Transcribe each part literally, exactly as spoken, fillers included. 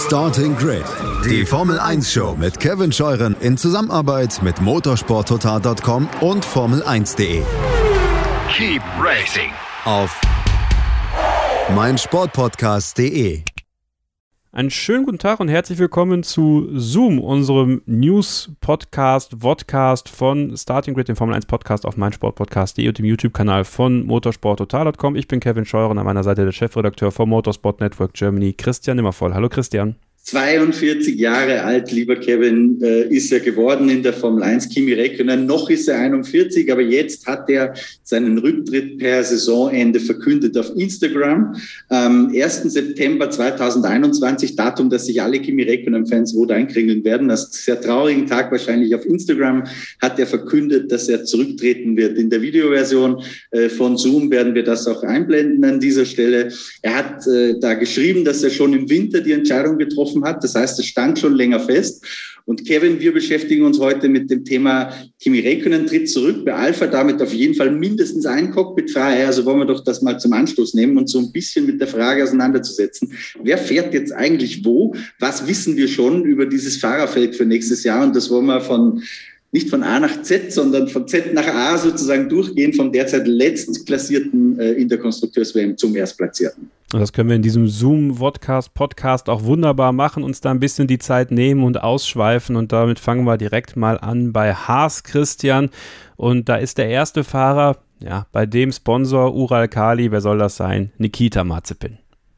Starting Grid, die Formel eins Show mit Kevin Scheuren in Zusammenarbeit mit motorsport total Punkt com und Formel eins Punkt de. Keep racing Auf meinsportpodcast Punkt de. Einen schönen guten Tag und herzlich willkommen zu Zoom, unserem News-Podcast, Vodcast von Starting Grid, dem Formel eins Podcast auf meinsportpodcast Punkt de und dem YouTube-Kanal von motorsport total Punkt com. Ich bin Kevin Scheuren, an meiner Seite der Chefredakteur vom Motorsport Network Germany, Christian Nimmervoll. Hallo Christian. zweiundvierzig Jahre alt, lieber Kevin, äh, ist er geworden in der Formel eins. Kimi Räikkönen, noch ist er einundvierzig, aber jetzt hat er seinen Rücktritt per Saisonende verkündet auf Instagram. Am ersten September zweitausendeinundzwanzig, Datum, das sich alle Kimi Räikkönen-Fans rot einkringeln werden. Das ist ein sehr traurigen Tag wahrscheinlich auf Instagram, hat er verkündet, dass er zurücktreten wird. In der Videoversion äh, von Zoom werden wir das auch einblenden an dieser Stelle. Er hat äh, da geschrieben, dass er schon im Winter die Entscheidung getroffen hat. Das heißt, es stand schon länger fest. Und Kevin, wir beschäftigen uns heute mit dem Thema Kimi Räikkönen tritt zurück bei Alpha, damit auf jeden Fall mindestens ein Cockpit frei. Also wollen wir doch das mal zum Anstoß nehmen und so ein bisschen mit der Frage auseinanderzusetzen. Wer fährt jetzt eigentlich wo? Was wissen wir schon über dieses Fahrerfeld für nächstes Jahr? Und das wollen wir von nicht von A nach Z, sondern von Z nach A sozusagen durchgehen, vom derzeit letztklassierten äh, in der Konstrukteurs-W M zum Erstplatzierten. Und das können wir in diesem Zoom-Vodcast-Podcast auch wunderbar machen, uns da ein bisschen die Zeit nehmen und ausschweifen. Und damit fangen wir direkt mal an bei Haas, Christian. Und da ist der erste Fahrer, ja, bei dem Sponsor Uralkali, wer soll das sein? Nikita Mazepin.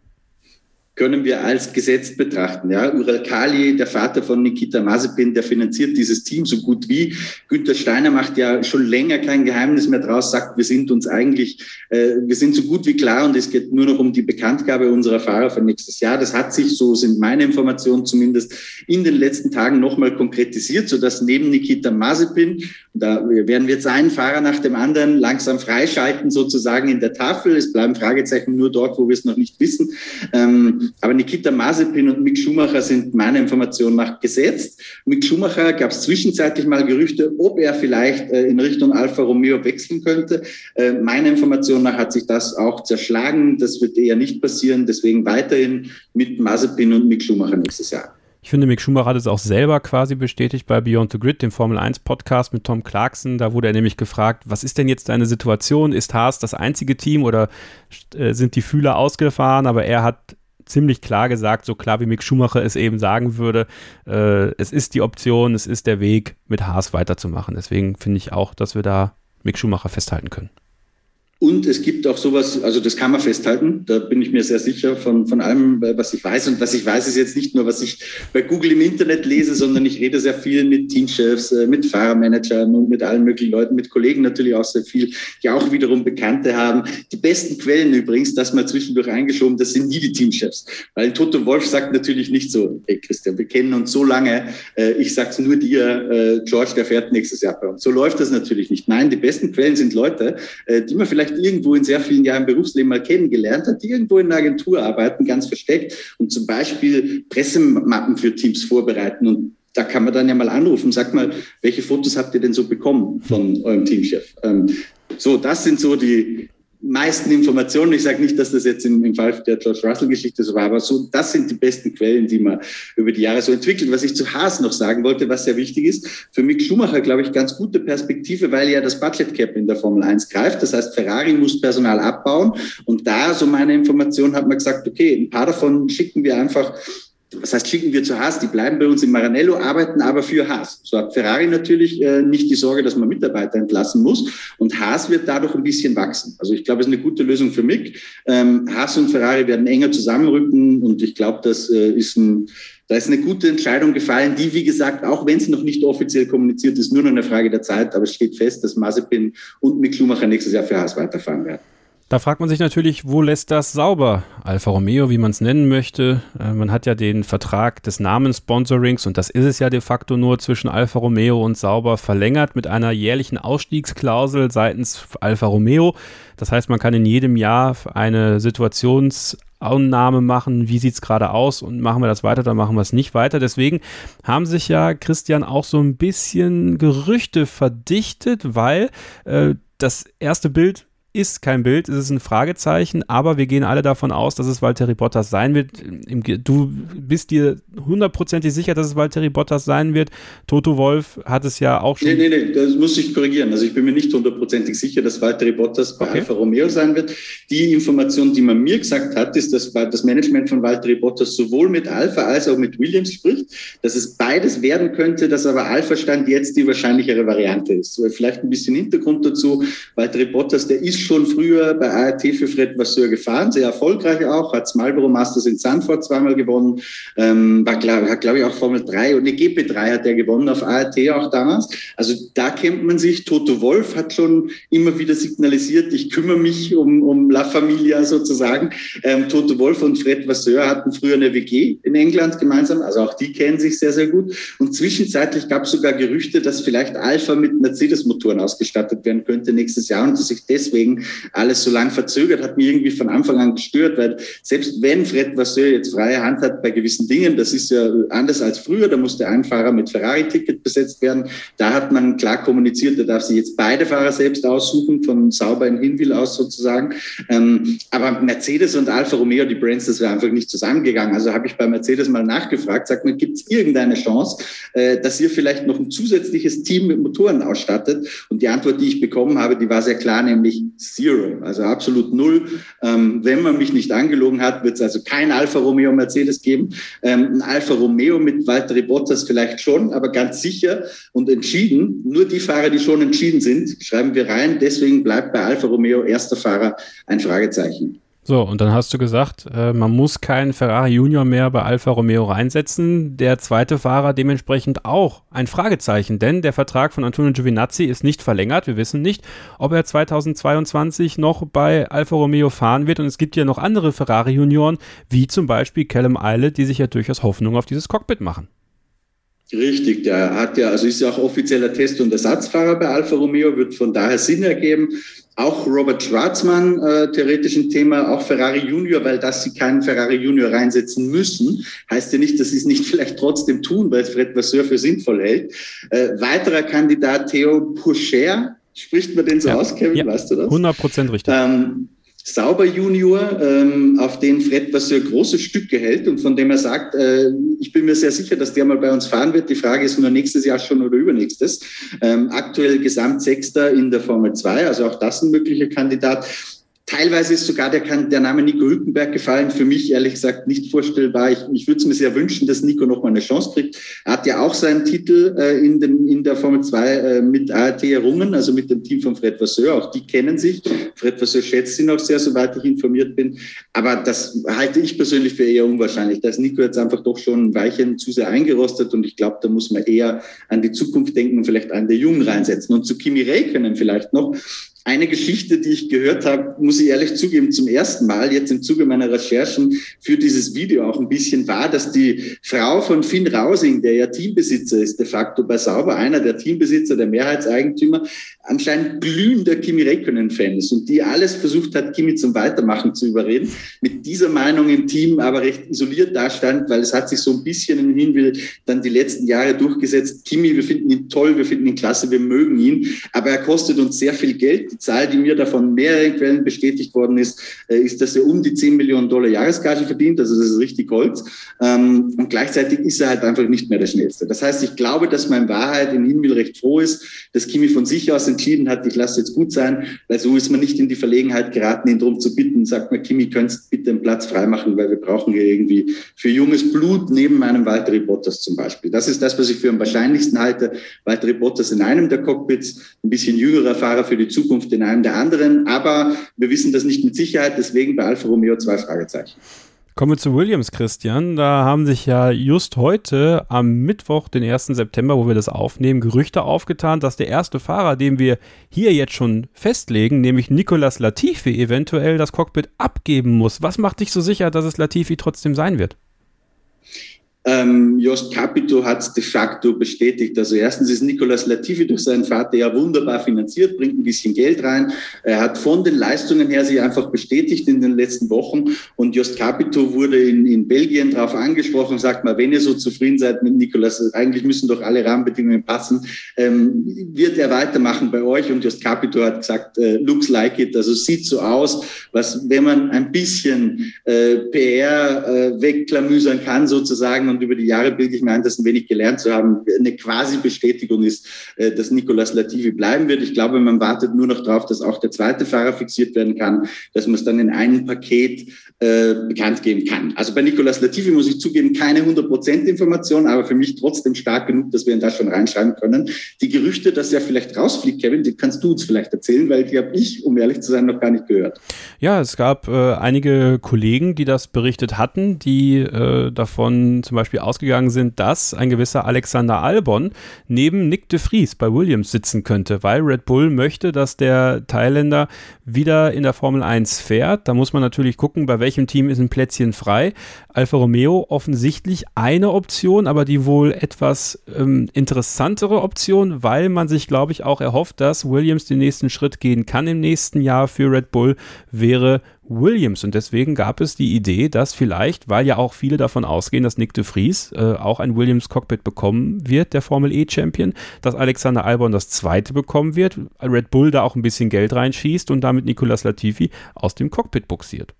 Können wir als gesetzt betrachten. Ja, Uralkali, der Vater von Nikita Mazepin, der finanziert dieses Team so gut wie. Günther Steiner macht ja schon länger kein Geheimnis mehr draus, sagt, wir sind uns eigentlich, äh, wir sind so gut wie klar und es geht nur noch um die Bekanntgabe unserer Fahrer für nächstes Jahr. Das hat sich, so sind meine Informationen zumindest, in den letzten Tagen nochmal konkretisiert, sodass neben Nikita Mazepin, da werden wir jetzt einen Fahrer nach dem anderen langsam freischalten sozusagen in der Tafel. Es bleiben Fragezeichen nur dort, wo wir es noch nicht wissen. Ähm, Aber Nikita Mazepin und Mick Schumacher sind meiner Information nach gesetzt. Mick Schumacher gab es zwischenzeitlich mal Gerüchte, ob er vielleicht äh, in Richtung Alfa Romeo wechseln könnte. Äh, meiner Information nach hat sich das auch zerschlagen. Das wird eher nicht passieren. Deswegen weiterhin mit Mazepin und Mick Schumacher nächstes Jahr. Ich finde, Mick Schumacher hat es auch selber quasi bestätigt bei Beyond the Grid, dem Formel eins Podcast mit Tom Clarkson. Da wurde er nämlich gefragt, was ist denn jetzt deine Situation? Ist Haas das einzige Team oder äh, sind die Fühler ausgefahren? Aber er hat ziemlich klar gesagt, so klar wie Mick Schumacher es eben sagen würde, äh, es ist die Option, es ist der Weg, mit Haas weiterzumachen. Deswegen finde ich auch, dass wir da Mick Schumacher festhalten können. Und es gibt auch sowas, also das kann man festhalten, da bin ich mir sehr sicher von, von allem, was ich weiß. Und was ich weiß, ist jetzt nicht nur, was ich bei Google im Internet lese, sondern ich rede sehr viel mit Teamchefs, mit Fahrermanagern und mit allen möglichen Leuten, mit Kollegen natürlich auch sehr viel, die auch wiederum Bekannte haben. Die besten Quellen übrigens, das mal zwischendurch eingeschoben, das sind nie die Teamchefs. Weil Toto Wolff sagt natürlich nicht so, hey Christian, wir kennen uns so lange, ich sag's nur dir, George, der fährt nächstes Jahr bei uns. So läuft das natürlich nicht. Nein, die besten Quellen sind Leute, die man vielleicht irgendwo in sehr vielen Jahren Berufsleben mal kennengelernt hat, die irgendwo in einer Agentur arbeiten, ganz versteckt und zum Beispiel Pressemappen für Teams vorbereiten. Und da kann man dann ja mal anrufen, sag mal, welche Fotos habt ihr denn so bekommen von eurem Teamchef? Ähm, so, das sind so die meisten Informationen. Ich sage nicht, dass das jetzt im, im Fall der George Russell-Geschichte so war, aber so, das sind die besten Quellen, die man über die Jahre so entwickelt. Was ich zu Haas noch sagen wollte, was sehr wichtig ist, für Mick Schumacher, glaube ich, ganz gute Perspektive, weil ja das Budget Cap in der Formel eins greift. Das heißt, Ferrari muss Personal abbauen und da, so meine Information, hat man gesagt, okay, ein paar davon schicken wir einfach. Das heißt, schicken wir zu Haas, die bleiben bei uns in Maranello, arbeiten aber für Haas. So hat Ferrari natürlich äh, nicht die Sorge, dass man Mitarbeiter entlassen muss. Und Haas wird dadurch ein bisschen wachsen. Also ich glaube, es ist eine gute Lösung für Mick. Ähm, Haas und Ferrari werden enger zusammenrücken und ich glaube, das äh, ist ein, da ist eine gute Entscheidung gefallen, die, wie gesagt, auch wenn es noch nicht offiziell kommuniziert ist, nur noch eine Frage der Zeit. Aber es steht fest, dass Mazepin und Mick Schumacher nächstes Jahr für Haas weiterfahren werden. Da fragt man sich natürlich, wo lässt das sauber? Alfa Romeo, wie man es nennen möchte. Äh, man hat ja den Vertrag des Namenssponsorings, und das ist es ja de facto nur, zwischen Alfa Romeo und Sauber verlängert mit einer jährlichen Ausstiegsklausel seitens Alfa Romeo. Das heißt, man kann in jedem Jahr eine Situationsannahme machen, wie sieht es gerade aus und machen wir das weiter, dann machen wir es nicht weiter. Deswegen haben sich ja, Christian, auch so ein bisschen Gerüchte verdichtet, weil äh, das erste Bild ist kein Bild, es ist ein Fragezeichen, aber wir gehen alle davon aus, dass es Valtteri Bottas sein wird. Du bist dir hundertprozentig sicher, dass es Valtteri Bottas sein wird. Toto Wolff hat es ja auch schon... Nee, nee, nee, das muss ich korrigieren. Also ich bin mir nicht hundertprozentig sicher, dass Valtteri Bottas bei okay. Alfa Romeo sein wird. Die Information, die man mir gesagt hat, ist, dass das Management von Valtteri Bottas sowohl mit Alfa als auch mit Williams spricht, dass es beides werden könnte, dass aber Alfa Stand jetzt die wahrscheinlichere Variante ist. So, vielleicht ein bisschen Hintergrund dazu. Valtteri Bottas, der ist schon früher bei A R T für Fred Vasseur gefahren, sehr erfolgreich auch, hat das Marlboro Masters in Zandvoort zweimal gewonnen, ähm, war, glaub, hat glaube ich auch Formel drei und eine G P drei hat er gewonnen auf A R T auch damals. Also da kennt man sich. Toto Wolff hat schon immer wieder signalisiert, ich kümmere mich um, um La Familia sozusagen. Ähm, Toto Wolff und Fred Vasseur hatten früher eine W G in England gemeinsam, also auch die kennen sich sehr, sehr gut. Und zwischenzeitlich gab es sogar Gerüchte, dass vielleicht Alfa mit Mercedes-Motoren ausgestattet werden könnte nächstes Jahr und dass sich deswegen alles so lang verzögert, hat mich irgendwie von Anfang an gestört, weil selbst wenn Fred Vasseur jetzt freie Hand hat bei gewissen Dingen, das ist ja anders als früher, da musste ein Fahrer mit Ferrari-Ticket besetzt werden, da hat man klar kommuniziert, da darf sich jetzt beide Fahrer selbst aussuchen, von Sauber in Hinwil aus sozusagen, ähm, aber Mercedes und Alfa Romeo, die Brands, das wäre einfach nicht zusammengegangen, also habe ich bei Mercedes mal nachgefragt, sagt man, gibt es irgendeine Chance, äh, dass ihr vielleicht noch ein zusätzliches Team mit Motoren ausstattet, und die Antwort, die ich bekommen habe, die war sehr klar, nämlich Zero, also absolut null. Ähm, wenn man mich nicht angelogen hat, wird es also kein Alfa Romeo Mercedes geben. Ähm, ein Alfa Romeo mit Valtteri Bottas vielleicht schon, aber ganz sicher und entschieden, nur die Fahrer, die schon entschieden sind, schreiben wir rein. Deswegen bleibt bei Alfa Romeo erster Fahrer ein Fragezeichen. So, und dann hast du gesagt, äh, man muss keinen Ferrari Junior mehr bei Alfa Romeo reinsetzen. Der zweite Fahrer dementsprechend auch ein Fragezeichen, denn der Vertrag von Antonio Giovinazzi ist nicht verlängert. Wir wissen nicht, ob er zweitausendzweiundzwanzig noch bei Alfa Romeo fahren wird. Und es gibt ja noch andere Ferrari Junioren, wie zum Beispiel Callum Ilott, die sich ja durchaus Hoffnung auf dieses Cockpit machen. Richtig, der hat ja, also ist ja auch offizieller Test- und Ersatzfahrer bei Alfa Romeo, wird von daher Sinn ergeben. Auch Robert Schwarzmann, äh, theoretisch ein Thema, auch Ferrari Junior, weil dass sie keinen Ferrari Junior reinsetzen müssen, heißt ja nicht, dass sie es nicht vielleicht trotzdem tun, weil es Fred Vasseur für sinnvoll hält. Äh, weiterer Kandidat, Theo Pourchaire, spricht man den so ja, aus, Kevin, ja, weißt du das? hundert Prozent richtig. Ähm, Sauber Junior, ähm, auf den Fred Vasseur große Stücke hält und von dem er sagt, äh, ich bin mir sehr sicher, dass der mal bei uns fahren wird. Die Frage ist nur nächstes Jahr schon oder übernächstes. Ähm, aktuell Gesamtsechster in der Formel zwei, also auch das ein möglicher Kandidat. Teilweise ist sogar der, der Name Nico Hülkenberg gefallen. Für mich ehrlich gesagt nicht vorstellbar. Ich, ich würde es mir sehr wünschen, dass Nico noch mal eine Chance kriegt. Er hat ja auch seinen Titel äh, in, den, in der Formel zwei äh, mit A R T errungen, also mit dem Team von Fred Vasseur. Auch die kennen sich. Fred Vasseur schätzt ihn auch sehr, soweit ich informiert bin. Aber das halte ich persönlich für eher unwahrscheinlich. Da ist Nico jetzt einfach doch schon ein Weilchen zu sehr eingerostet und ich glaube, da muss man eher an die Zukunft denken und vielleicht einen der Jungen reinsetzen. Und zu Kimi Räikkönen vielleicht noch. Eine Geschichte, die ich gehört habe, muss ich ehrlich zugeben, zum ersten Mal jetzt im Zuge meiner Recherchen für dieses Video auch ein bisschen war, dass die Frau von Finn Rausing, der ja Teambesitzer ist, de facto bei Sauber, einer der Teambesitzer, der Mehrheitseigentümer, anscheinend glühender Kimi Räikkönen-Fan ist und die alles versucht hat, Kimi zum Weitermachen zu überreden, mit dieser Meinung im Team aber recht isoliert dastand, weil es hat sich so ein bisschen in Hinwil dann die letzten Jahre durchgesetzt. Kimi, wir finden ihn toll, wir finden ihn klasse, wir mögen ihn, aber er kostet uns sehr viel Geld. Die Zahl, die mir da von mehreren Quellen bestätigt worden ist, ist, dass er um die zehn Millionen Dollar Jahresgage verdient, also das ist richtig Holz. Und gleichzeitig ist er halt einfach nicht mehr der Schnellste. Das heißt, ich glaube, dass man in Wahrheit in Hinwil recht froh ist, dass Kimi von sich aus entschieden hat, ich lasse jetzt gut sein, weil so ist man nicht in die Verlegenheit geraten, ihn darum zu bitten, sagt man, Kimi, könntest bitte einen Platz freimachen, weil wir brauchen hier irgendwie für junges Blut neben einem Valtteri Bottas zum Beispiel. Das ist das, was ich für am wahrscheinlichsten halte. Valtteri Bottas in einem der Cockpits, ein bisschen jüngerer Fahrer für die Zukunft in einem der anderen, aber wir wissen das nicht mit Sicherheit, deswegen bei Alfa Romeo zwei Fragezeichen. Kommen wir zu Williams, Christian. Da haben sich ja just heute am Mittwoch, den ersten September, wo wir das aufnehmen, Gerüchte aufgetan, dass der erste Fahrer, den wir hier jetzt schon festlegen, nämlich Nicolas Latifi, eventuell das Cockpit abgeben muss. Was macht dich so sicher, dass es Latifi trotzdem sein wird? Ähm, Jost Capito hat es de facto bestätigt. Also erstens ist Nicolas Latifi durch seinen Vater ja wunderbar finanziert, bringt ein bisschen Geld rein. Er hat von den Leistungen her sich einfach bestätigt in den letzten Wochen. Und Jost Capito wurde in, in Belgien darauf angesprochen, sagt mal, wenn ihr so zufrieden seid mit Nicolas, eigentlich müssen doch alle Rahmenbedingungen passen, ähm, wird er weitermachen bei euch. Und Jost Capito hat gesagt, äh, looks like it, also sieht so aus, was, wenn man ein bisschen äh, P R äh, wegklamüsern kann sozusagen, und über die Jahre bilde ich mir ein, das ein wenig gelernt zu haben, eine quasi Bestätigung ist, dass Nicolas Latifi bleiben wird. Ich glaube, man wartet nur noch darauf, dass auch der zweite Fahrer fixiert werden kann, dass man es dann in einem Paket äh, bekannt geben kann. Also bei Nicolas Latifi muss ich zugeben, keine hundert Prozent Information, aber für mich trotzdem stark genug, dass wir ihn da schon reinschreiben können. Die Gerüchte, dass er vielleicht rausfliegt, Kevin, die kannst du uns vielleicht erzählen, weil die habe ich, um ehrlich zu sein, noch gar nicht gehört. Ja, es gab äh, einige Kollegen, die das berichtet hatten, die äh, davon zum Beispiel Beispiel ausgegangen sind, dass ein gewisser Alexander Albon neben Nick de Vries bei Williams sitzen könnte, weil Red Bull möchte, dass der Thailänder wieder in der Formel eins fährt. Da muss man natürlich gucken, bei welchem Team ist ein Plätzchen frei. Alfa Romeo offensichtlich eine Option, aber die wohl etwas ähm, interessantere Option, weil man sich, glaube ich, auch erhofft, dass Williams den nächsten Schritt gehen kann im nächsten Jahr für Red Bull, wäre Williams. Und deswegen gab es die Idee, dass vielleicht, weil ja auch viele davon ausgehen, dass Nick de Vries äh, auch ein Williams-Cockpit bekommen wird, der Formel-E-Champion, dass Alexander Albon das zweite bekommen wird, Red Bull da auch ein bisschen Geld reinschießt und damit Nicolas Latifi aus dem Cockpit buxiert.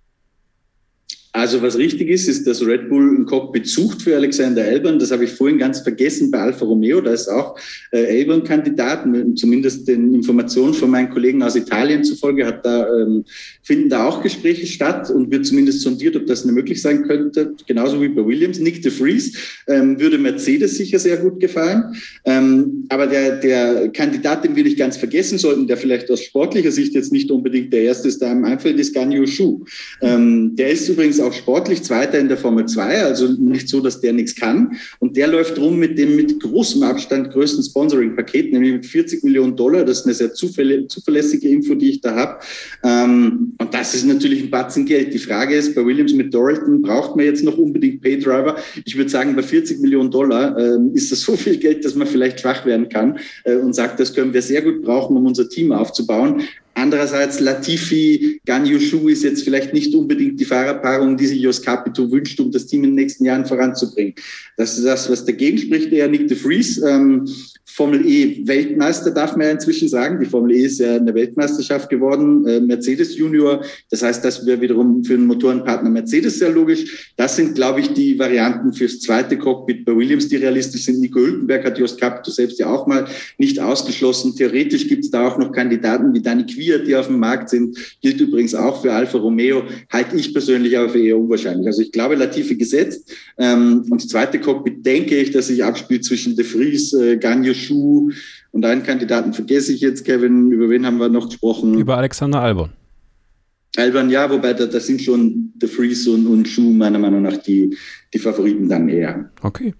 Also was richtig ist, ist, dass Red Bull ein Cockpit sucht für Alexander Albon. Das habe ich vorhin ganz vergessen bei Alfa Romeo. Da ist auch äh, Albon-Kandidat. Zumindest den Informationen von meinen Kollegen aus Italien zufolge hat da, ähm, finden da auch Gespräche statt und wird zumindest sondiert, ob das möglich sein könnte. Genauso wie bei Williams. Nick de Vries ähm, würde Mercedes sicher sehr gut gefallen. Ähm, aber der, der Kandidat, den wir nicht ganz vergessen sollten, der vielleicht aus sportlicher Sicht jetzt nicht unbedingt der erste ist, da im Einfeld ist Guan Yu Zhou. Ähm, der ist übrigens auch sportlich Zweiter in der Formel zwei, also nicht so, dass der nichts kann. Und der läuft rum mit dem mit großem Abstand größten Sponsoring-Paket, nämlich mit vierzig Millionen Dollar. Das ist eine sehr zufäll- zuverlässige Info, die ich da habe. Ähm, und das ist natürlich ein Batzen Geld. Die Frage ist, bei Williams mit Dorilton braucht man jetzt noch unbedingt Paydriver. Ich würde sagen, bei vierzig Millionen Dollar äh, ist das so viel Geld, dass man vielleicht schwach werden kann äh, und sagt, das können wir sehr gut brauchen, um unser Team aufzubauen. Andererseits, Latifi, Guan Yu Zhou ist jetzt vielleicht nicht unbedingt die Fahrerpaarung, die sich Jost Capito wünscht, um das Team in den nächsten Jahren voranzubringen. Das ist das, was dagegen spricht, eher Nick de Vries. Ähm, Formel E Weltmeister darf man ja inzwischen sagen. Die Formel E ist ja eine Weltmeisterschaft geworden. Äh, Mercedes Junior, das heißt, das wäre wiederum für den Motorenpartner Mercedes sehr logisch. Das sind, glaube ich, die Varianten fürs zweite Cockpit bei Williams, die realistisch sind. Nico Hülkenberg hat Jost Capito selbst ja auch mal nicht ausgeschlossen. Theoretisch gibt es da auch noch Kandidaten wie Dani Kvyat, die auf dem Markt sind. Gilt übrigens auch für Alfa Romeo. Halte ich persönlich aber für eher unwahrscheinlich. Also ich glaube, Latifi gesetzt. Ähm, und das zweite Cockpit denke ich, dass sich abspielt zwischen de Vries, äh, Guan Yu Zhou und einen Kandidaten vergesse ich jetzt, Kevin. Über wen haben wir noch gesprochen? Über Alexander Albon. Albon, ja, wobei da, das sind schon de Vries und, und Zhou meiner Meinung nach die, die Favoriten dann eher. Okay.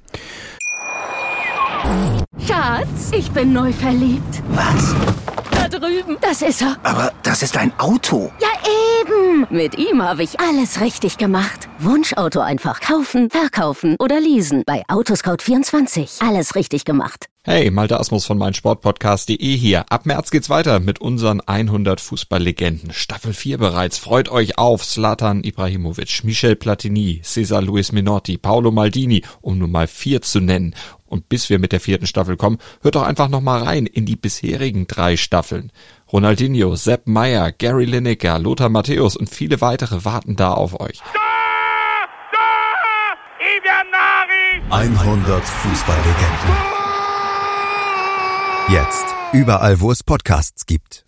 Schatz, ich bin neu verliebt. Was? Da drüben. Das ist er. Aber das ist ein Auto. Ja, eben. Mit ihm habe ich alles richtig gemacht. Wunschauto einfach kaufen, verkaufen oder leasen. Bei Autoscout vierundzwanzig. Alles richtig gemacht. Hey, Malte Asmus von meinsportpodcast punkt de hier. Ab März geht's weiter mit unseren hundert Fußballlegenden. Staffel vier bereits. Freut euch auf Zlatan Ibrahimovic, Michel Platini, Cesar Luis Menotti, Paolo Maldini, um nur mal vier zu nennen. Und bis wir mit der vierten Staffel kommen, hört doch einfach noch mal rein in die bisherigen drei Staffeln. Ronaldinho, Sepp Maier, Gary Lineker, Lothar Matthäus und viele weitere warten da auf euch. hundert Fußballlegenden. Jetzt überall, wo es Podcasts gibt.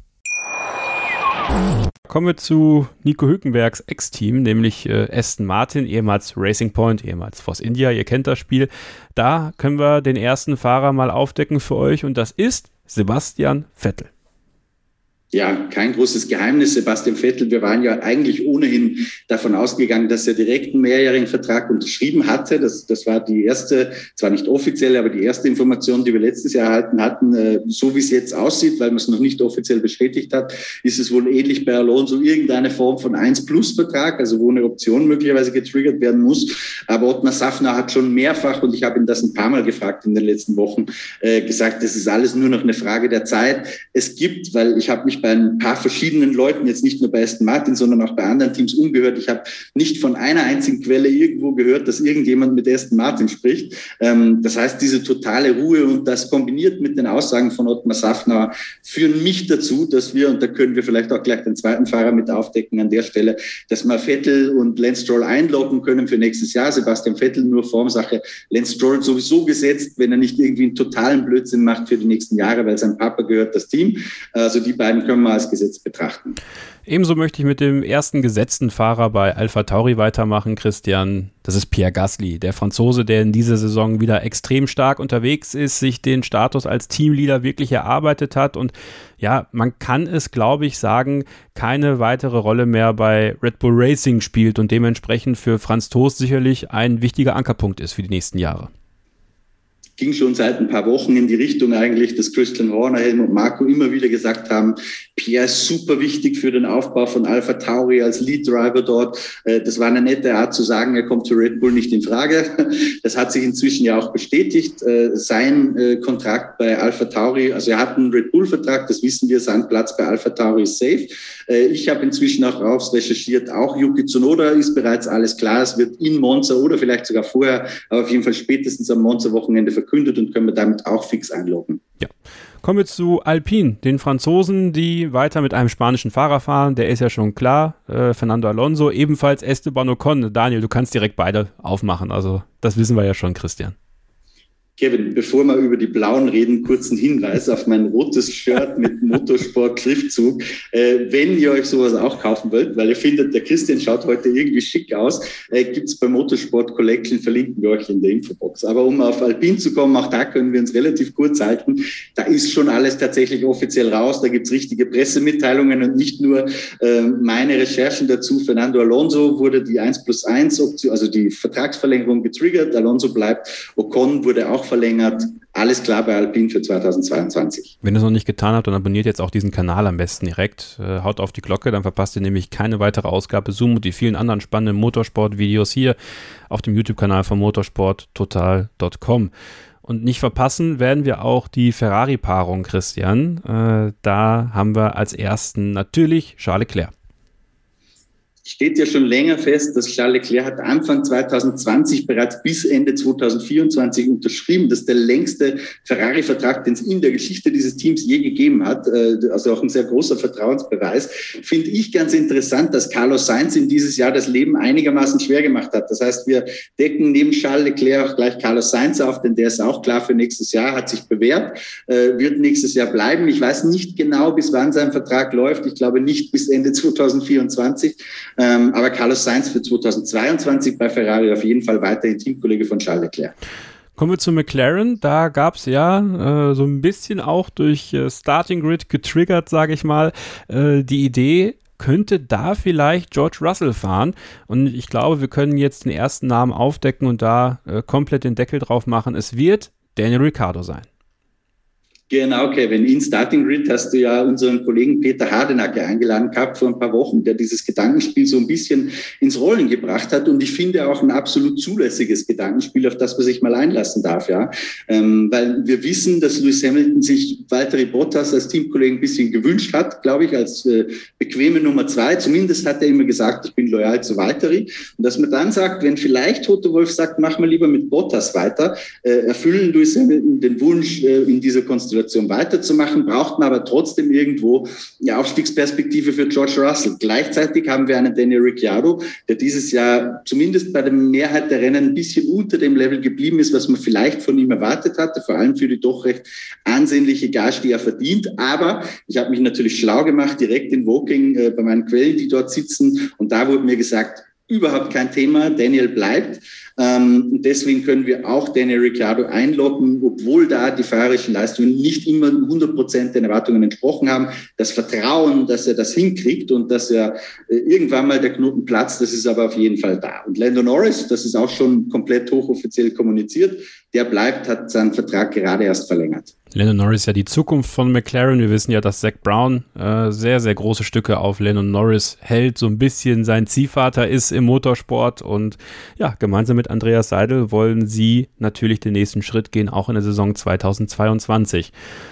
Kommen wir zu Nico Hülkenbergs Ex-Team, nämlich äh, Aston Martin, ehemals Racing Point, ehemals Force India. Ihr kennt das Spiel. Da können wir den ersten Fahrer mal aufdecken für euch und das ist Sebastian Vettel. Ja, kein großes Geheimnis. Sebastian Vettel, wir waren ja eigentlich ohnehin davon ausgegangen, dass er direkt einen mehrjährigen Vertrag unterschrieben hatte. Das, das war die erste, zwar nicht offizielle, aber die erste Information, die wir letztes Jahr erhalten hatten. So wie es jetzt aussieht, weil man es noch nicht offiziell bestätigt hat, ist es wohl ähnlich bei Alonso irgendeine Form von eins Plus Vertrag, also wo eine Option möglicherweise getriggert werden muss. Aber Ottmar Safnauer hat schon mehrfach, und ich habe ihn das ein paar Mal gefragt in den letzten Wochen, äh, gesagt, das ist alles nur noch eine Frage der Zeit. Es gibt, weil ich habe mich bei ein paar verschiedenen Leuten, jetzt nicht nur bei Aston Martin, sondern auch bei anderen Teams umgehört. Ich habe nicht von einer einzigen Quelle irgendwo gehört, dass irgendjemand mit Aston Martin spricht. Ähm, das heißt, diese totale Ruhe und das kombiniert mit den Aussagen von Ottmar Safnauer führen mich dazu, dass wir, und da können wir vielleicht auch gleich den zweiten Fahrer mit aufdecken an der Stelle, dass wir Vettel und Lance Stroll einloggen können für nächstes Jahr. Sebastian Vettel nur Formsache, Lance Stroll sowieso gesetzt, wenn er nicht irgendwie einen totalen Blödsinn macht für die nächsten Jahre, weil sein Papa gehört das Team. Also die beiden können wir als Gesetz betrachten. Ebenso möchte ich mit dem ersten gesetzten Fahrer bei AlphaTauri weitermachen, Christian. Das ist Pierre Gasly, der Franzose, der in dieser Saison wieder extrem stark unterwegs ist, sich den Status als Teamleader wirklich erarbeitet hat und ja, man kann es, glaube ich, sagen, keine weitere Rolle mehr bei Red Bull Racing spielt und dementsprechend für Franz Tost sicherlich ein wichtiger Ankerpunkt ist für die nächsten Jahre. Ging schon seit ein paar Wochen in die Richtung eigentlich, dass Christian Horner, Helmut Marko immer wieder gesagt haben, Pierre ist super wichtig für den Aufbau von AlphaTauri als Lead-Driver dort. Das war eine nette Art zu sagen, er kommt für Red Bull nicht in Frage. Das hat sich inzwischen ja auch bestätigt. Sein Kontrakt bei AlphaTauri, also er hat einen Red Bull-Vertrag, das wissen wir, sein Platz bei AlphaTauri ist safe. Ich habe inzwischen auch raus recherchiert, auch Yuki Tsunoda ist bereits alles klar. Es wird in Monza oder vielleicht sogar vorher, aber auf jeden Fall spätestens am Monza-Wochenende verkündet und können wir damit auch fix einloggen. Ja. Kommen wir zu Alpine, den Franzosen, die weiter mit einem spanischen Fahrer fahren. Der ist ja schon klar, äh, Fernando Alonso, ebenfalls Esteban Ocon. Daniel, du kannst direkt beide aufmachen, also das wissen wir ja schon, Christian. Kevin, bevor wir über die Blauen reden, kurzen Hinweis auf mein rotes Shirt mit Motorsport-Schriftzug. Äh, wenn ihr euch sowas auch kaufen wollt, weil ihr findet, der Christian schaut heute irgendwie schick aus, äh, gibt es bei Motorsport Collection, verlinken wir euch in der Infobox. Aber um auf Alpine zu kommen, auch da können wir uns relativ kurz halten. Da ist schon alles tatsächlich offiziell raus. Da gibt es richtige Pressemitteilungen und nicht nur äh, meine Recherchen dazu. Fernando Alonso wurde die eins plus eins Option, also die Vertragsverlängerung getriggert. Alonso bleibt. Ocon wurde auch verlängert. Alles klar bei Alpine für zweitausendzweiundzwanzig. Wenn ihr es noch nicht getan habt, dann abonniert jetzt auch diesen Kanal am besten direkt. Äh, haut auf die Glocke, dann verpasst ihr nämlich keine weitere Ausgabe Zoom und die vielen anderen spannenden Motorsport-Videos hier auf dem YouTube-Kanal von motorsport total punkt com. Und nicht verpassen werden wir auch die Ferrari-Paarung, Christian. Äh, da haben wir als ersten natürlich Charles Leclerc. Steht ja schon länger fest, dass Charles Leclerc hat Anfang zweitausendzwanzig bereits bis Ende zweitausendvierundzwanzig unterschrieben. Das ist der längste Ferrari-Vertrag, den es in der Geschichte dieses Teams je gegeben hat. Also auch ein sehr großer Vertrauensbeweis. Finde ich ganz interessant, dass Carlos Sainz ihm dieses Jahr das Leben einigermaßen schwer gemacht hat. Das heißt, wir decken neben Charles Leclerc auch gleich Carlos Sainz auf, denn der ist auch klar für nächstes Jahr, hat sich bewährt, wird nächstes Jahr bleiben. Ich weiß nicht genau, bis wann sein Vertrag läuft. Ich glaube nicht bis Ende zweitausendvierundzwanzig. Ähm, aber Carlos Sainz für zweitausendzweiundzwanzig bei Ferrari auf jeden Fall weiterhin Teamkollege von Charles Leclerc. Kommen wir zu McLaren. Da gab es ja äh, so ein bisschen auch durch äh, Starting Grid getriggert, sage ich mal, äh, die Idee, könnte da vielleicht George Russell fahren. Und ich glaube, wir können jetzt den ersten Namen aufdecken und da äh, komplett den Deckel drauf machen. Es wird Daniel Ricciardo sein. Genau, Kevin. In Starting Grid hast du ja unseren Kollegen Peter Hardenacke eingeladen gehabt vor ein paar Wochen, der dieses Gedankenspiel so ein bisschen ins Rollen gebracht hat. Und ich finde auch ein absolut zulässiges Gedankenspiel, auf das man sich mal einlassen darf, ja. Ähm, weil wir wissen, dass Lewis Hamilton sich Valtteri Bottas als Teamkollegen ein bisschen gewünscht hat, glaube ich, als äh, bequeme Nummer zwei. Zumindest hat er immer gesagt, ich bin loyal zu Valtteri. Und dass man dann sagt, wenn vielleicht Toto Wolff sagt, mach mal lieber mit Bottas weiter, äh, erfüllen Lewis Hamilton den Wunsch, äh, in dieser Konstellation weiterzumachen, braucht man aber trotzdem irgendwo eine Aufstiegsperspektive für George Russell. Gleichzeitig haben wir einen Daniel Ricciardo, der dieses Jahr zumindest bei der Mehrheit der Rennen ein bisschen unter dem Level geblieben ist, was man vielleicht von ihm erwartet hatte, vor allem für die doch recht ansehnliche Gage, die er verdient. Aber ich habe mich natürlich schlau gemacht, direkt in Woking äh, bei meinen Quellen, die dort sitzen, und da wurde mir gesagt, überhaupt kein Thema. Daniel bleibt. Ähm, und deswegen können wir auch Daniel Ricciardo einloggen, obwohl da die fahrerischen Leistungen nicht immer hundert Prozent den Erwartungen entsprochen haben. Das Vertrauen, dass er das hinkriegt und dass er äh, irgendwann mal der Knoten platzt, das ist aber auf jeden Fall da. Und Lando Norris, das ist auch schon komplett hochoffiziell kommuniziert, der bleibt, hat seinen Vertrag gerade erst verlängert. Lando Norris ja die Zukunft von McLaren. Wir wissen ja, dass Zak Brown äh, sehr, sehr große Stücke auf Lando Norris hält, so ein bisschen sein Ziehvater ist im Motorsport und ja, gemeinsam mit Andreas Seidel wollen sie natürlich den nächsten Schritt gehen, auch in der Saison zweitausendzweiundzwanzig.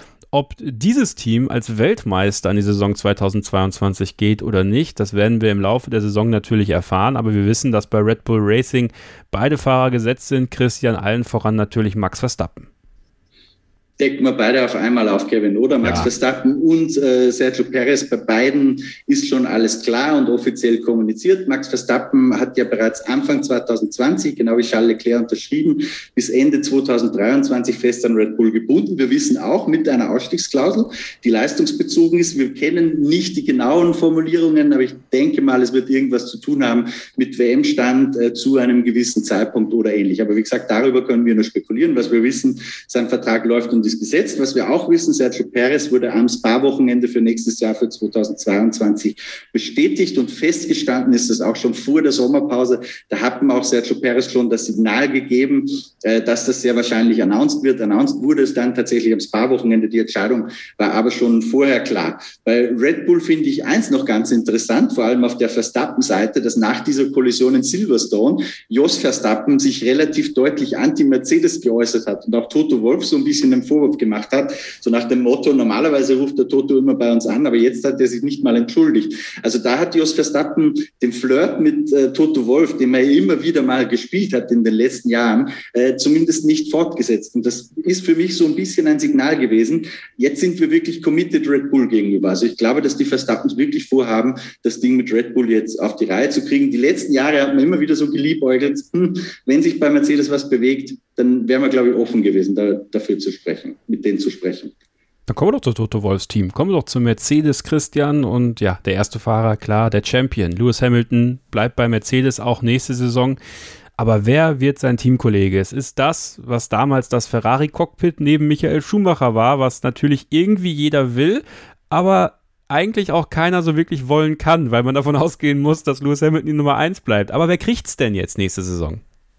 Ob dieses Team als Weltmeister in die Saison zweitausendzweiundzwanzig geht oder nicht, das werden wir im Laufe der Saison natürlich erfahren, aber wir wissen, dass bei Red Bull Racing beide Fahrer gesetzt sind, Christian, allen voran natürlich Max Verstappen. Decken wir beide auf einmal auf, Kevin, oder? Max ja. Verstappen und äh, Sergio Perez, bei beiden ist schon alles klar und offiziell kommuniziert. Max Verstappen hat ja bereits Anfang zweitausendzwanzig, genau wie Charles Leclerc, unterschrieben, bis Ende zweitausenddreiundzwanzig fest an Red Bull gebunden. Wir wissen auch mit einer Ausstiegsklausel, die leistungsbezogen ist. Wir kennen nicht die genauen Formulierungen, aber ich denke mal, es wird irgendwas zu tun haben mit W M-Stand äh, zu einem gewissen Zeitpunkt oder ähnlich. Aber wie gesagt, darüber können wir nur spekulieren. Was wir wissen, sein Vertrag läuft und ist gesetzt. Was wir auch wissen, Sergio Perez wurde am Spa-Wochenende für nächstes Jahr, für zweitausendzweiundzwanzig bestätigt und festgestanden ist das auch schon vor der Sommerpause. Da hat man auch Sergio Perez schon das Signal gegeben, dass das sehr wahrscheinlich announced wird. Announced wurde es dann tatsächlich am Spa-Wochenende. Die Entscheidung war aber schon vorher klar. Bei Red Bull finde ich eins noch ganz interessant, vor allem auf der Verstappen-Seite, dass nach dieser Kollision in Silverstone Jos Verstappen sich relativ deutlich anti-Mercedes geäußert hat und auch Toto Wolff so ein bisschen im Vorwurf gemacht hat, so nach dem Motto, normalerweise ruft der Toto immer bei uns an, aber jetzt hat er sich nicht mal entschuldigt. Also da hat Jos Verstappen den Flirt mit äh, Toto Wolff, den er immer wieder mal gespielt hat in den letzten Jahren, äh, zumindest nicht fortgesetzt. Und das ist für mich so ein bisschen ein Signal gewesen. Jetzt sind wir wirklich committed Red Bull gegenüber. Also ich glaube, dass die Verstappens wirklich vorhaben, das Ding mit Red Bull jetzt auf die Reihe zu kriegen. Die letzten Jahre hat man immer wieder so geliebäugelt, hm, wenn sich bei Mercedes was bewegt, dann wären wir, glaube ich, offen gewesen, da, dafür zu sprechen, mit denen zu sprechen. Dann kommen wir doch zu Toto Wolffs Team. Kommen wir doch zu Mercedes, Christian. Und ja, der erste Fahrer, klar, der Champion. Lewis Hamilton bleibt bei Mercedes auch nächste Saison. Aber wer wird sein Teamkollege? Es ist das, was damals das Ferrari-Cockpit neben Michael Schumacher war, was natürlich irgendwie jeder will, aber eigentlich auch keiner so wirklich wollen kann, weil man davon ausgehen muss, dass Lewis Hamilton die Nummer eins bleibt. Aber wer kriegt's denn jetzt nächste Saison?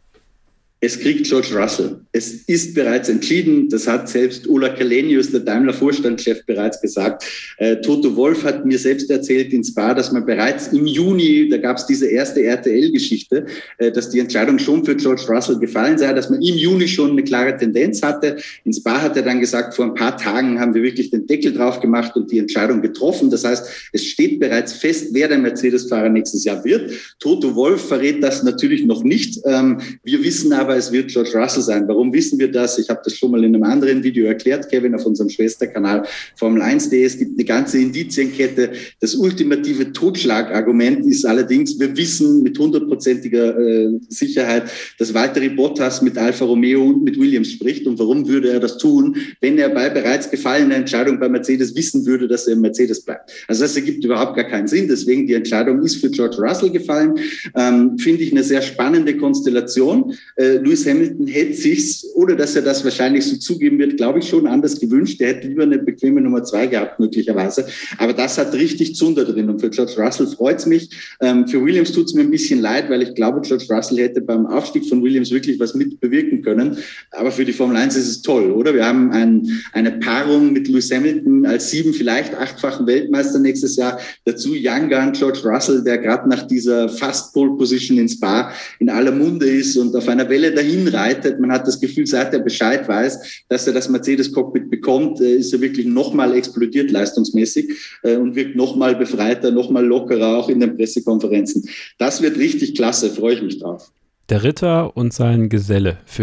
Es kriegt George Russell. Es ist bereits entschieden. Das hat selbst Ola Källenius, der Daimler-Vorstandschef, bereits gesagt. Äh, Toto Wolff hat mir selbst erzählt in Spa, dass man bereits im Juni, da gab es diese erste R T L-Geschichte, äh, dass die Entscheidung schon für George Russell gefallen sei, dass man im Juni schon eine klare Tendenz hatte. In Spa hat er dann gesagt, vor ein paar Tagen haben wir wirklich den Deckel drauf gemacht und die Entscheidung getroffen. Das heißt, es steht bereits fest, wer der Mercedes-Fahrer nächstes Jahr wird. Toto Wolff verrät das natürlich noch nicht. Ähm, wir wissen aber, es wird George Russell sein. Warum wissen wir das? Ich habe das schon mal in einem anderen Video erklärt, Kevin, auf unserem Schwesterkanal Formel eins punkt de. Es gibt eine ganze Indizienkette. Das ultimative Totschlagargument ist allerdings, wir wissen mit hundertprozentiger äh, Sicherheit, dass Valtteri Bottas mit Alfa Romeo und mit Williams spricht. Und warum würde er das tun, wenn er bei bereits gefallener Entscheidung bei Mercedes wissen würde, dass er im Mercedes bleibt? Also das ergibt überhaupt gar keinen Sinn. Deswegen die Entscheidung ist für George Russell gefallen. Ähm, finde ich eine sehr spannende Konstellation. Äh, Lewis Hamilton hätte sich's, ohne dass er das wahrscheinlich so zugeben wird, glaube ich, schon anders gewünscht. Er hätte lieber eine bequeme Nummer zwei gehabt, möglicherweise. Aber das hat richtig Zunder drin. Und für George Russell freut's mich. Ähm, für Williams tut's mir ein bisschen leid, weil ich glaube, George Russell hätte beim Aufstieg von Williams wirklich was mit bewirken können. Aber für die Formel eins ist es toll, oder? Wir haben ein, eine Paarung mit Lewis Hamilton als sieben, vielleicht achtfachen Weltmeister nächstes Jahr. Dazu Young Gun George Russell, der gerade nach dieser Fast Pole Position in Spa in aller Munde ist und auf einer Welle dahin reitet. Man hat das Gefühl, seit er Bescheid weiß, dass er das Mercedes-Cockpit bekommt, ist er wirklich nochmal explodiert leistungsmäßig und wirkt nochmal befreiter, nochmal lockerer, auch in den Pressekonferenzen. Das wird richtig klasse, freue ich mich drauf. Der Ritter und sein Geselle für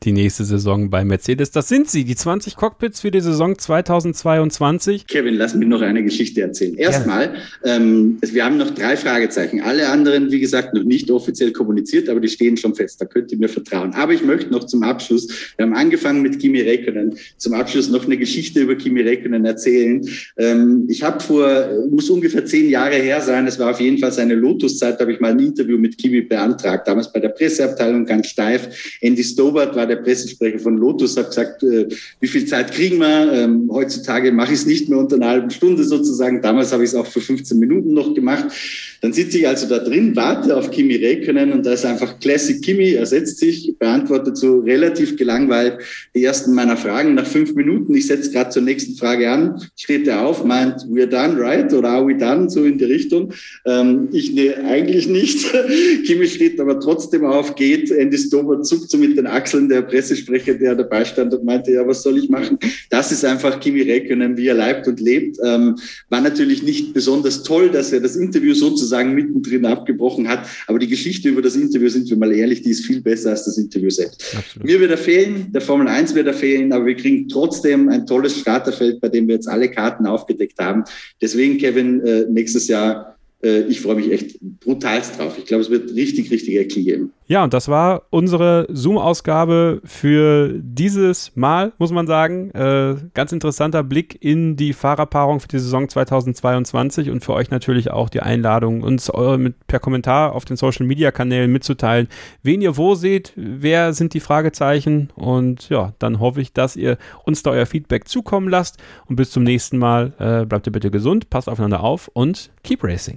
die nächste Saison bei Mercedes. Das sind sie, die zwanzig Cockpits für die Saison zweitausendzweiundzwanzig. Kevin, lass mich noch eine Geschichte erzählen. Erstmal, ja. ähm, wir haben noch drei Fragezeichen. Alle anderen, wie gesagt, noch nicht offiziell kommuniziert, aber die stehen schon fest. Da könnt ihr mir vertrauen. Aber ich möchte noch zum Abschluss, wir haben angefangen mit Kimi Räikkönen, zum Abschluss noch eine Geschichte über Kimi Räikkönen erzählen. Ähm, ich habe vor, muss ungefähr zehn Jahre her sein, es war auf jeden Fall seine Lotus-Zeit, da habe ich mal ein Interview mit Kimi beantragt. Damals bei der Presseabteilung ganz steif. Andy Stobart war der Pressesprecher von Lotus, hat gesagt, äh, wie viel Zeit kriegen wir? Ähm, heutzutage mache ich es nicht mehr unter einer halben Stunde sozusagen. Damals habe ich es auch für fünfzehn Minuten noch gemacht. Dann sitze ich also da drin, warte auf Kimi Räikkönen und da ist einfach Classic Kimi. Er setzt sich, beantwortet so relativ gelangweilt die ersten meiner Fragen nach fünf Minuten. Ich setze gerade zur nächsten Frage an. Steht er auf, meint, we're done, right? Oder are we done? So in die Richtung. Ähm, ich nee, eigentlich nicht. Kimi steht aber trotzdem auf, geht. Andy Stobart zuckt so mit den Achseln. Der Pressesprecher, der dabei stand und meinte, ja, was soll ich machen? Das ist einfach Kimi Räikkönen, wie er leibt und lebt. Ähm, war natürlich nicht besonders toll, dass er das Interview sozusagen mittendrin abgebrochen hat. Aber die Geschichte über das Interview, sind wir mal ehrlich, die ist viel besser als das Interview selbst. Absolut. Mir wird er fehlen, der Formel eins wird er fehlen, aber wir kriegen trotzdem ein tolles Starterfeld, bei dem wir jetzt alle Karten aufgedeckt haben. Deswegen, Kevin, äh, nächstes Jahr, äh, ich freue mich echt brutalst drauf. Ich glaube, es wird richtig, richtig Action geben. Ja, und das war unsere Zoom-Ausgabe für dieses Mal, muss man sagen. Äh, ganz interessanter Blick in die Fahrerpaarung für die Saison zweitausendzweiundzwanzig und für euch natürlich auch die Einladung, uns eure mit, per Kommentar auf den Social-Media-Kanälen mitzuteilen, wen ihr wo seht, wer sind die Fragezeichen, und ja, dann hoffe ich, dass ihr uns da euer Feedback zukommen lasst, und bis zum nächsten Mal äh, bleibt ihr bitte gesund, passt aufeinander auf und keep racing.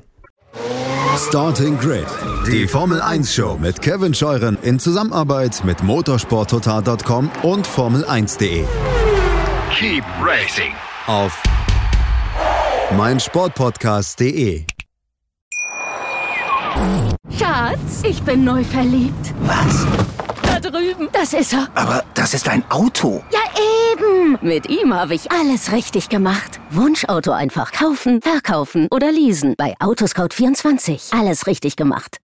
Starting Grid, die Formel eins Show mit Kevin Scheuren in Zusammenarbeit mit motorsport total punkt com und Formel eins punkt de. Keep racing Auf meinsportpodcast punkt de. Schatz, ich bin neu verliebt. Was? Da drüben. Das ist er. Aber das ist ein Auto. Ja, eben. Mit ihm habe ich alles richtig gemacht. Wunschauto einfach kaufen, verkaufen oder leasen. Bei Autoscout vierundzwanzig. Alles richtig gemacht.